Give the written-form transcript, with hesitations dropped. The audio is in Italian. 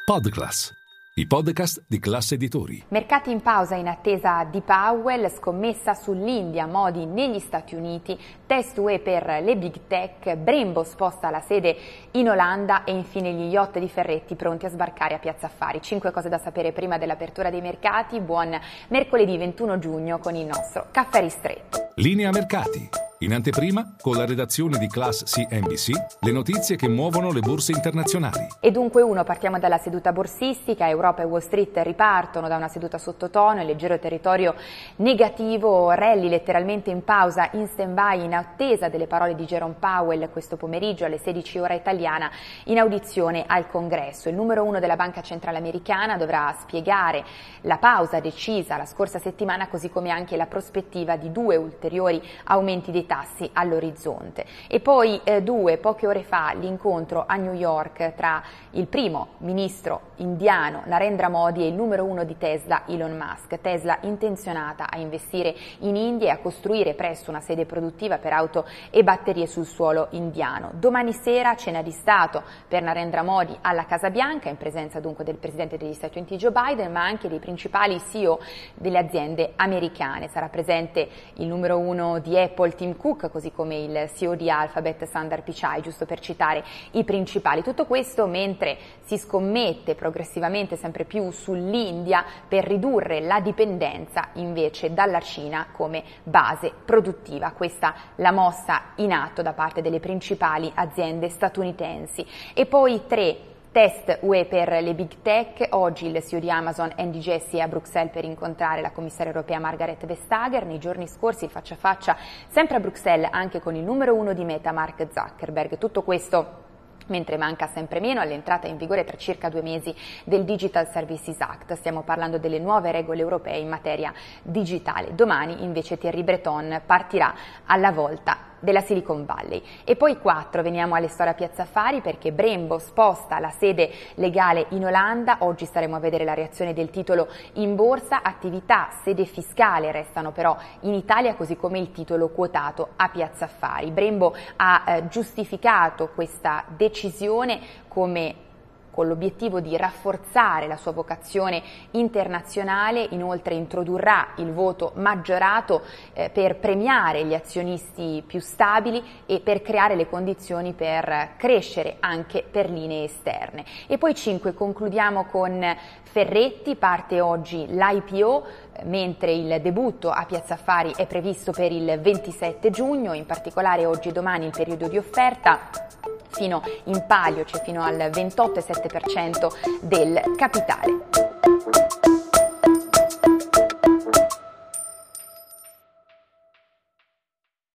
Podclass, i podcast di Class Editori. Mercati in pausa in attesa di Powell, scommessa sull'India, modi negli Stati Uniti, test UE per le big tech, Brembo sposta la sede in Olanda e infine gli yacht di Ferretti pronti a sbarcare a Piazza Affari. 5 cose da sapere prima dell'apertura dei mercati. Buon mercoledì 21 giugno con il nostro caffè ristretto. Linea mercati. In anteprima, con la redazione di Class CNBC, le notizie che muovono le borse internazionali. E dunque partiamo dalla seduta borsistica. Europa e Wall Street ripartono da una seduta sottotono e leggero territorio negativo, rally letteralmente in pausa, in stand-by, in attesa delle parole di Jerome Powell questo pomeriggio alle 16 ora italiana in audizione al Congresso. Il numero 1 della Banca Centrale Americana dovrà spiegare la pausa decisa la scorsa settimana, così come anche la prospettiva di 2 ulteriori aumenti dei tassi all'orizzonte. E poi poche ore fa l'incontro a New York tra il primo ministro indiano Narendra Modi e il numero 1 di Tesla Elon Musk. Tesla intenzionata a investire in India e a costruire presto una sede produttiva per auto e batterie sul suolo indiano. Domani sera cena di Stato per Narendra Modi alla Casa Bianca, in presenza dunque del presidente degli Stati Uniti Joe Biden, ma anche dei principali CEO delle aziende americane. Sarà presente il numero 1 di Apple Tim Cook, così come il CEO di Alphabet Sundar Pichai, giusto per citare i principali. Tutto questo mentre si scommette progressivamente sempre più sull'India per ridurre la dipendenza invece dalla Cina come base produttiva. Questa la mossa in atto da parte delle principali aziende statunitensi. E poi 3 test UE per le big tech. Oggi il CEO di Amazon Andy Jassy è a Bruxelles per incontrare la commissaria europea Margrethe Vestager. Nei giorni scorsi il faccia a faccia sempre a Bruxelles anche con il numero 1 di Meta Mark Zuckerberg. Tutto questo mentre manca sempre meno all'entrata in vigore tra circa 2 mesi del Digital Services Act. Stiamo parlando delle nuove regole europee in materia digitale. Domani invece Thierry Breton partirà alla volta della Silicon Valley. E poi 4, veniamo alle storie a Piazza Affari, perché Brembo sposta la sede legale in Olanda. Oggi staremo a vedere la reazione del titolo in borsa. Attività, sede fiscale restano però in Italia, così come il titolo quotato a Piazza Affari. Brembo ha giustificato questa decisione con l'obiettivo di rafforzare la sua vocazione internazionale. Inoltre introdurrà il voto maggiorato per premiare gli azionisti più stabili e per creare le condizioni per crescere anche per linee esterne. E poi 5, concludiamo con Ferretti. Parte oggi l'IPO, mentre il debutto a Piazza Affari è previsto per il 27 giugno, in particolare oggi e domani il periodo di offerta. Fino in palio, cioè fino al 28,7% del capitale.